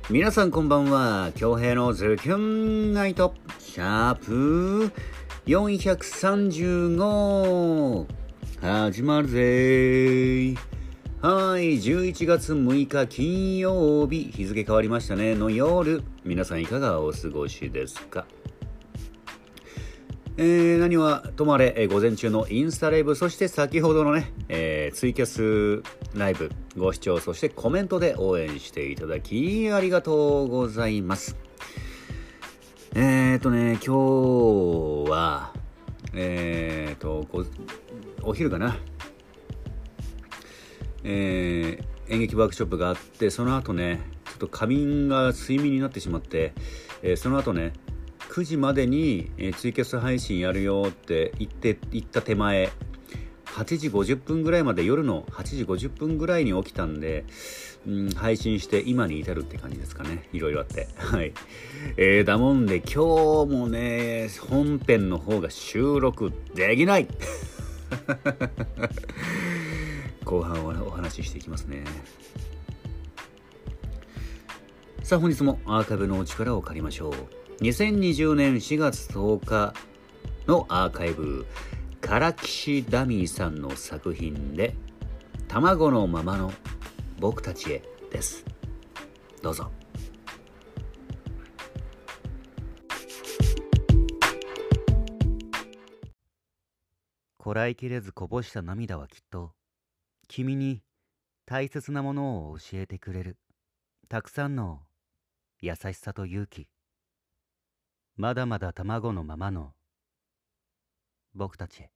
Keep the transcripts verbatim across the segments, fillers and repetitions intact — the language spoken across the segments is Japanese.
皆さんこんばんは。京平のズキュンナイトシャープよんひゃくさんじゅうご始まるぜ。はい、じゅういちがつむいか金曜日、日付変わりましたねの夜、皆さんいかがお過ごしですか？えー、何はともあれ、えー、午前中のインスタライブ、そして先ほどのね、えー、ツイキャスライブご視聴、そしてコメントで応援していただきありがとうございます。えーとね今日はえーとお昼かな、えー、演劇ワークショップがあって、その後ねちょっと仮眠が睡眠になってしまって、えー、その後ねくじまでに、えー、ツイキャス配信やるよって言って言った手前、はちじごじゅっぷんぐらいまで、夜のはちじごじゅっぷんぐらいに起きたんで、うん、配信して今に至るって感じですかね。いろいろあってはい、えー、だもんで今日もね本編の方が収録できない後半はお話ししていきますね。さあ本日もアーカイブのお力を借りましょう。にせんにじゅうねんしがつとおかのアーカイブ、唐岸ダミーさんの作品で卵のままの僕たちへです。どうぞ。こらえきれずこぼした涙はきっと君に大切なものを教えてくれる。たくさんの優しさと勇気。まだまだ卵のままの僕たちへ。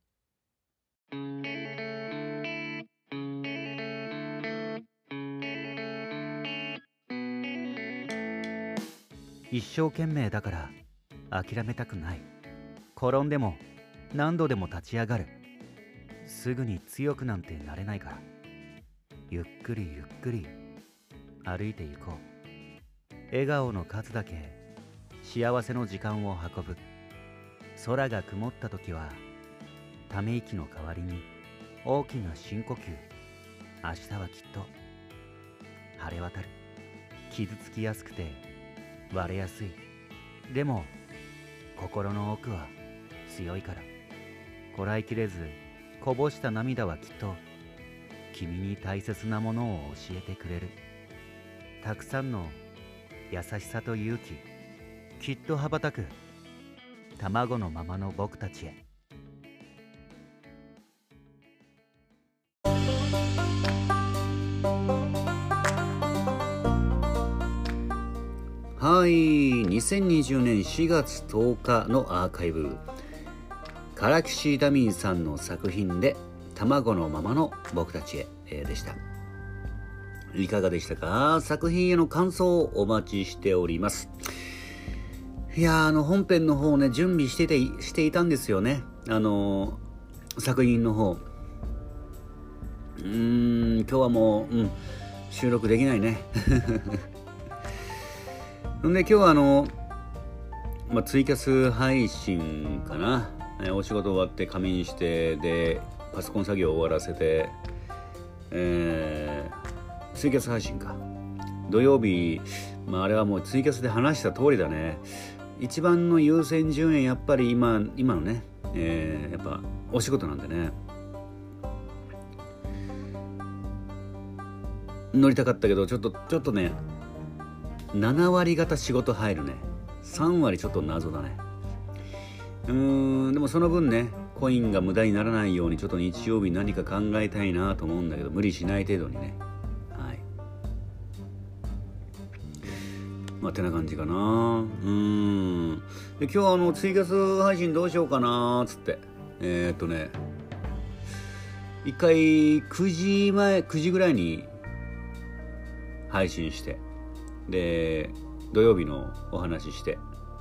一生懸命だから諦めたくない。転んでも何度でも立ち上がる。すぐに強くなんてなれないから、ゆっくりゆっくり歩いていこう。笑顔の数だけ幸せの時間を運ぶ。空が曇った時はため息の代わりに大きな深呼吸。明日はきっと晴れ渡る。傷つきやすくて割れやすい。でも心の奥は強いから、こらえきれずこぼした涙はきっと君に大切なものを教えてくれる。たくさんの優しさと勇気。きっと羽ばたく卵のままの僕たちへ。はい、にせんにじゅうねんしがつとおかのアーカイブ、唐岸ダミーさんの作品で卵のままの僕たちへ、えー、でした。いかがでしたか？作品への感想をお待ちしております。いやー、あの本編の方ね準備しててしていたんですよね。あのー、作品の方うーん今日はもう、うん、収録できないねんで今日はあの、まあ、ツイキャス配信かな、えー、お仕事終わって仮眠してでパソコン作業を終わらせて、えー、ツイキャス配信か土曜日、まあ、あれはもうツイキャスで話した通りだね。一番の優先順位やっぱり今今のね、えー、やっぱお仕事なんでね乗りたかったけどちょっとちょっとねななわり方仕事入るね。さんわりちょっと謎だね。うーんでもその分ねコインが無駄にならないようにちょっと日曜日何か考えたいなと思うんだけど、無理しない程度にね。はいまあてな感じかな。うーんで今日はあのツイキャス配信どうしようかなーつってえー、っとね一回くじまえくじぐらいに配信して、で土曜日のお話しして、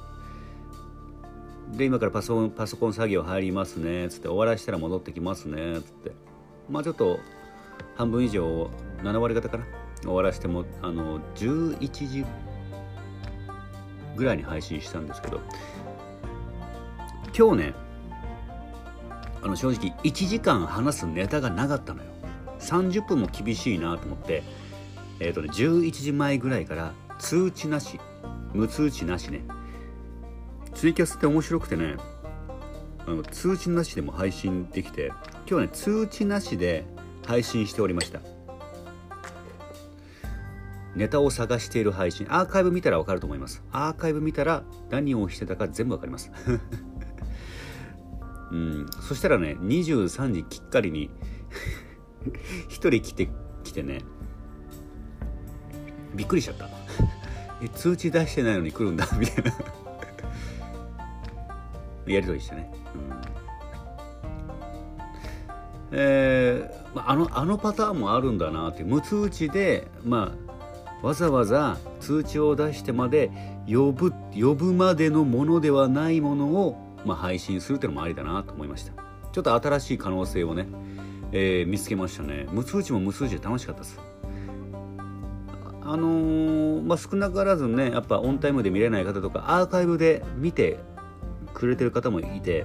で今からパソコンパソコン作業入りますねつって、終わらしたら戻ってきますねつって、まあちょっと半分以上ななわり方かな終わらしてもあのじゅういちじぐらいに配信したんですけど、今日ねあの正直いちじかん話すネタがなかったのよ。さんじゅっぷんも厳しいなと思って、えーとね、じゅういちじまえぐらいから通知なし、無通知なしね。ツイキャスって面白くてね、あの通知なしでも配信できて、今日はね通知なしで配信しておりました。ネタを探している配信、アーカイブ見たら分かると思います。アーカイブ見たら何をしてたか全部分かります、うん、そしたらねにじゅうさんじきっかりに一人来て来てね、びっくりしちゃったえ通知出してないのに来るんだみたいなやりとりしてね、うん、えー、あのあのパターンもあるんだなって、無通知でまあわざわざ通知を出してまで呼ぶ呼ぶまでのものではないものを、まあ、配信するっていうのもありだなと思いました。ちょっと新しい可能性をね、えー、見つけましたね。無通知も無通知で楽しかったです。あのー、まあ少なからずね、やっぱオンタイムで見れない方とかアーカイブで見てくれてる方もいて、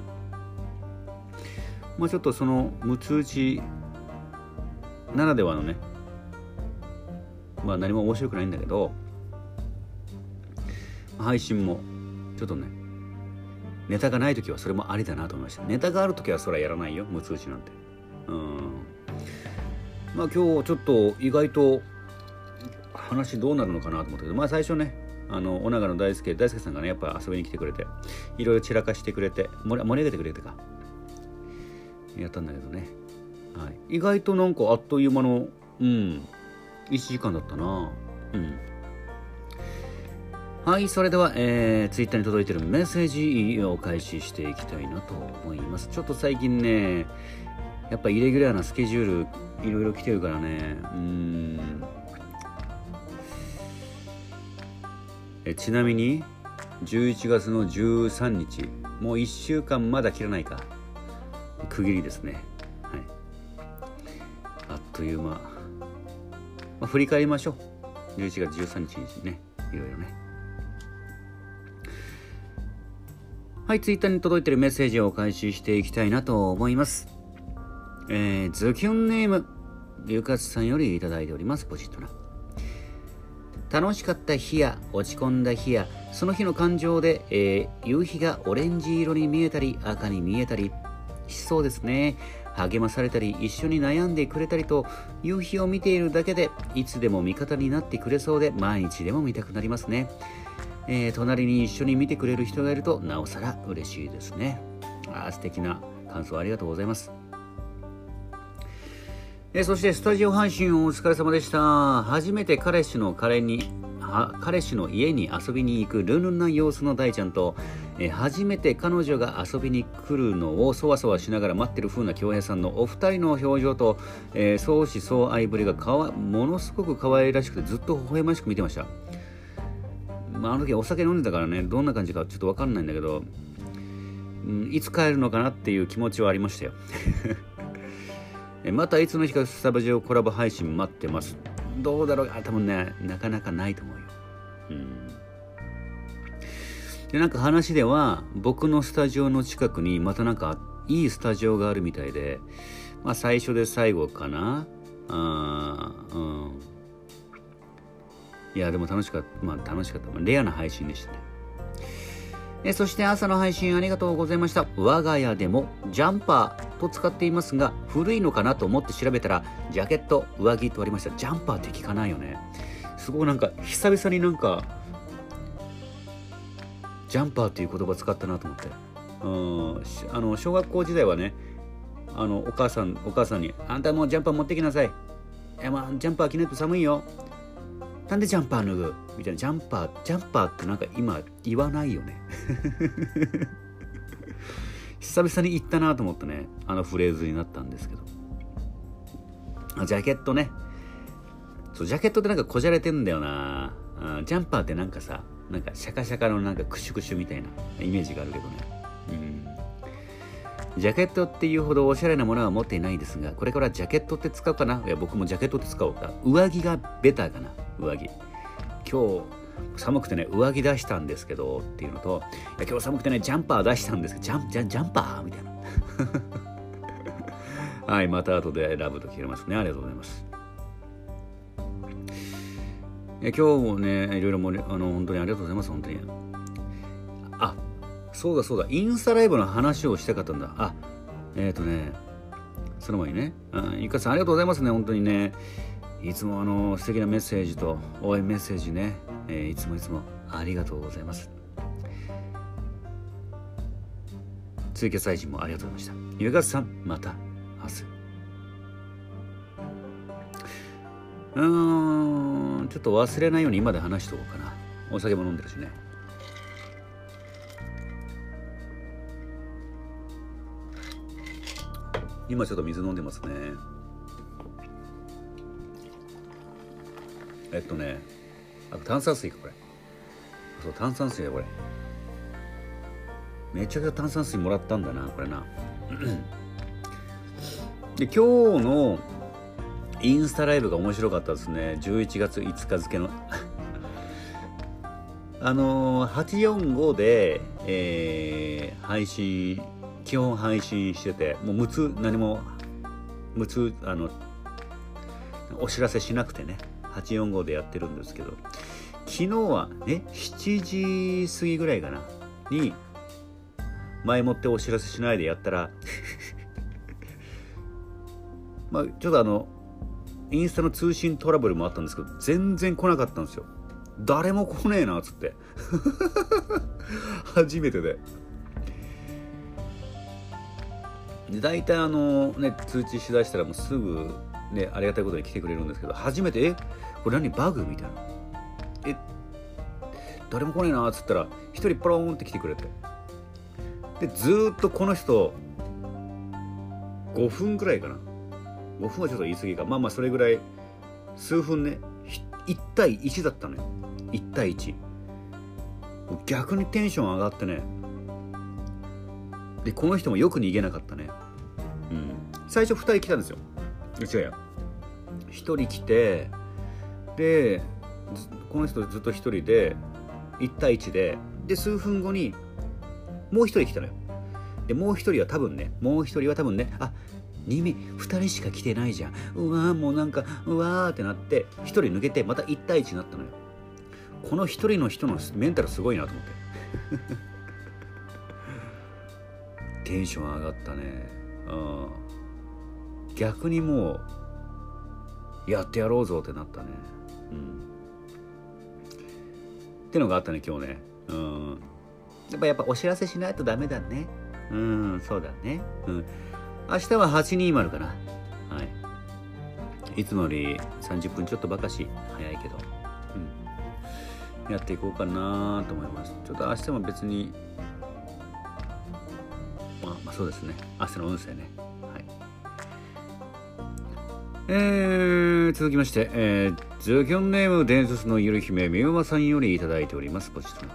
まあちょっとその無通知ならではのね、まあ何も面白くないんだけど、配信もちょっとね、ネタがないときはそれもありだなと思いました。ネタがあるときはそれはやらないよ、無通知なんて。うん。まあ今日ちょっと意外と話どうなるのかなと思ったけど、まあ最初ね、あのお長の大輔大輔さんがねやっぱ遊びに来てくれて、いろいろ散らかしてくれて盛り上げてくれてかやったんだけどね、はい、意外となんかあっという間のうんいちじかんだったな。うん。はい、それでは、えー、ツイッターに届いているメッセージを開始していきたいなと思います。ちょっと最近ね、やっぱイレギュラーなスケジュールいろいろ来てるからね、うーん。えちなみにじゅういちがつのじゅうさんにち、もういっしゅうかんまだ切らないか、区切りですね。はい。あっという間。まあ、振り返りましょう。じゅういちがつじゅうさんにちにね、いろいろね。はい、ツイッターに届いているメッセージを開始していきたいなと思います。えー、ズキュンネームゆかつさんよりいただいております。ポチッとな。楽しかった日や落ち込んだ日やその日の感情で、えー、夕日がオレンジ色に見えたり赤に見えたりしそうですね。励まされたり一緒に悩んでくれたりと、夕日を見ているだけでいつでも味方になってくれそうで毎日でも見たくなりますね。えー、隣に一緒に見てくれる人がいるとなおさら嬉しいですね。あ、素敵な感想ありがとうございます。えー、そしてスタジオ配信お疲れ様でした。初めて彼氏の彼に彼氏の家に遊びに行くルンルンな様子の大ちゃんと、えー、初めて彼女が遊びに来るのをそわそわしながら待ってる風な京平さんのお二人の表情と、えー、相思相愛ぶりがかわものすごく可愛らしくてずっと微笑ましく見てました。まあ、あの時お酒飲んでたからね、どんな感じかちょっと分かんないんだけど、うん、いつ帰るのかなっていう気持ちはありましたよまたいつの日かスタジオコラボ配信待ってます。どうだろう、あ、多分ねなかなかないと思うよ。うん。でなんか話では僕のスタジオの近くにまたなんかいいスタジオがあるみたいで、まあ最初で最後かな。あー、うん。いやでも楽しかった、まあ楽しかった、レアな配信でしたね。えそして朝の配信ありがとうございました。我が家でもジャンパーと使っていますが古いのかなと思って調べたらジャケット上着とありました。ジャンパーって聞かないよね。すごいなんか久々になんかジャンパーっていう言葉使ったなと思って、うん、あの小学校時代はね、あのお母さんお母さんにあんたもうジャンパー持ってきなさい、いやまあジャンパー着ないと寒いよ、なんでジャンパー脱ぐみたいな。ジャンパージャンパーってなんか今言わないよね久々に言ったなと思ってね、あのフレーズになったんですけど、ジャケットね、そうジャケットってなんかこじゃれてんだよな。ジャンパーってなんかさ、なんかシャカシャカのなんかクシュクシュみたいなイメージがあるけどね、うん、ジャケットっていうほどおしゃれなものは持っていないですが、これからジャケットって使うかな。いや僕もジャケットって使おうか。上着がベターかな。上着今日寒くてね上着出したんですけどっていうのと、いや今日寒くてねジャンパー出したんですけど、ジャンジャンジャンパーみたいなはい、また後で選ぶと聞けますね。ありがとうございます。 え今日もねいろいろ盛りあの本当にありがとうございます。本当にあそうだそうだインスタライブの話をしたかったんだ。あえっ、ー、とねその前にねゆかさんありがとうございますね。本当にねいつもあの素敵なメッセージと応援メッセージね、えー、いつもいつもありがとうございます。ツイキャス配信もありがとうございました。ゆかさんまた明日。うーんちょっと忘れないように今で話しとこうかな。お酒も飲んでるしね。今ちょっと水飲んでますね。えっとねあ炭酸水かこれ。そう炭酸水だこれ。めちゃくちゃ炭酸水もらったんだなこれな。で今日のインスタライブが面白かったですね。じゅういちがついつか付のあのー、はちよんごで、えー、配信基本配信しててもう無痛何も無痛あのお知らせしなくてねはちよんごでやってるんですけど、昨日はねしちじ過ぎぐらいかなに前もってお知らせしないでやったらまあちょっとあのインスタの通信トラブルもあったんですけど全然来なかったんですよ。誰も来ねえなっつって初めてでで大体あのね通知しだしたらもうすぐねありがたいことに来てくれるんですけど、初めてえこれ何バグみたいなえ誰も来ねえなっつったら一人ポローンって来てくれて、でずーっとこの人ごふんくらいかなごふんはちょっと言い過ぎかまあまあそれぐらい数分ねいち対いちだったのよ。いち対いち逆にテンション上がってね。でこの人もよく逃げなかったね。うん最初ふたり来たんですよ。違うやひとり来てでこの人ずっとひとりでいち対いちでで数分後にもうひとり来たのよ。でもうひとりは多分ねもうひとりは多分ねあに名ふたりしか来てないじゃんうわーもうなんかうわーってなってひとり抜けてまたいち対いちになったのよ。このひとりの人のメンタルすごいなと思ってテンション上がったね。うん逆にもうやってやろうぞってなったね。うんってのがあったね今日ね。うんやっぱやっぱお知らせしないとダメだね。うんそうだね。うん明日ははちにーまるかな。はい。いつもよりさんじゅっぷんちょっとばかし早いけど、うん、やっていこうかなと思います。ちょっと明日も別に、まあ、まあそうですね。明日の運勢ね。はい。えー、続きまして、えー、ズキョンネーム伝説のゆる姫みゆまさんよりいただいております。ポチッと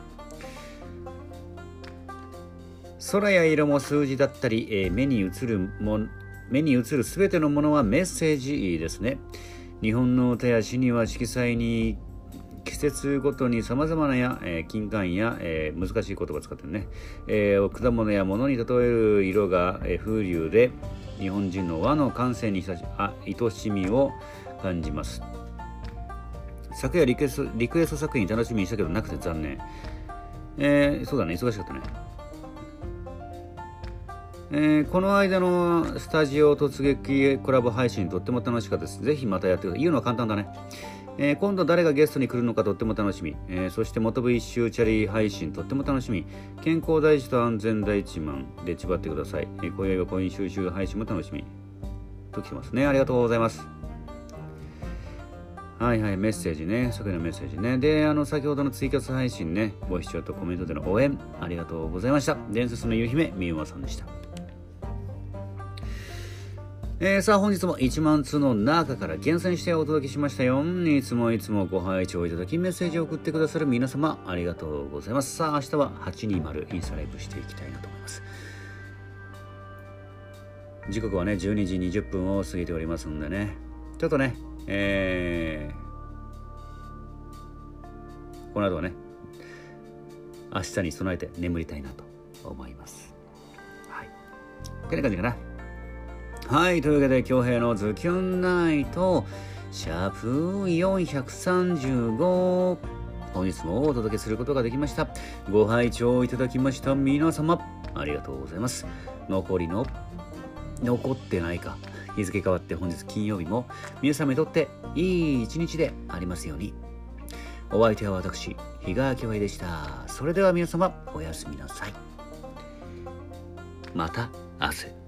空や色も数字だったり、えー、目に映るも目に映るすべてのものはメッセージですね。日本の歌や詩には色彩に季節ごとにさまざまなや、えー、金管や、えー、難しい言葉を使ってるね、えー、果物や物に例える色が、えー、風流で日本人の和の感性にあ愛しみを感じます。昨夜リクエスト、リクエスト作品楽しみにしたけどなくて残念。えー、そうだね忙しかったね。えー、この間のスタジオ突撃コラボ配信とっても楽しかったです。ぜひまたやってください。言うのは簡単だね。えー、今度誰がゲストに来るのかとっても楽しみ。えー、そして元部一周チャリ配信とっても楽しみ。健康第一と安全第一マンで縛ってください。えー、今宵はコイン収集配信も楽しみ。と来てますね。ありがとうございます。はいはい、メッセージね。初回のメッセージね。で、あの、先ほどのツイキャス配信ね、ご視聴とコメントでの応援ありがとうございました。伝説の夕姫、みゆまさんでした。えー、さあ本日もいちまん通の中から厳選してお届けしましたよ。いつもいつもご拝聴いただきメッセージを送ってくださる皆様ありがとうございます。さあ明日ははちにーまるインスタライブしていきたいなと思います。時刻はねじゅうにじにじゅっぷんを過ぎておりますんでね、ちょっとね、えー、この後はね明日に備えて眠りたいなと思います。はい、こんな感じかな。はい、というわけで恭平のズキュンナイトシャープよんひゃくさんじゅうご、本日もお届けすることができました。ご拝聴いただきました皆様、ありがとうございます。残りの残ってないか日付変わって本日金曜日も皆様にとっていい一日でありますように。お相手は私、日川恭平でした。それでは皆様、おやすみなさい。また明日。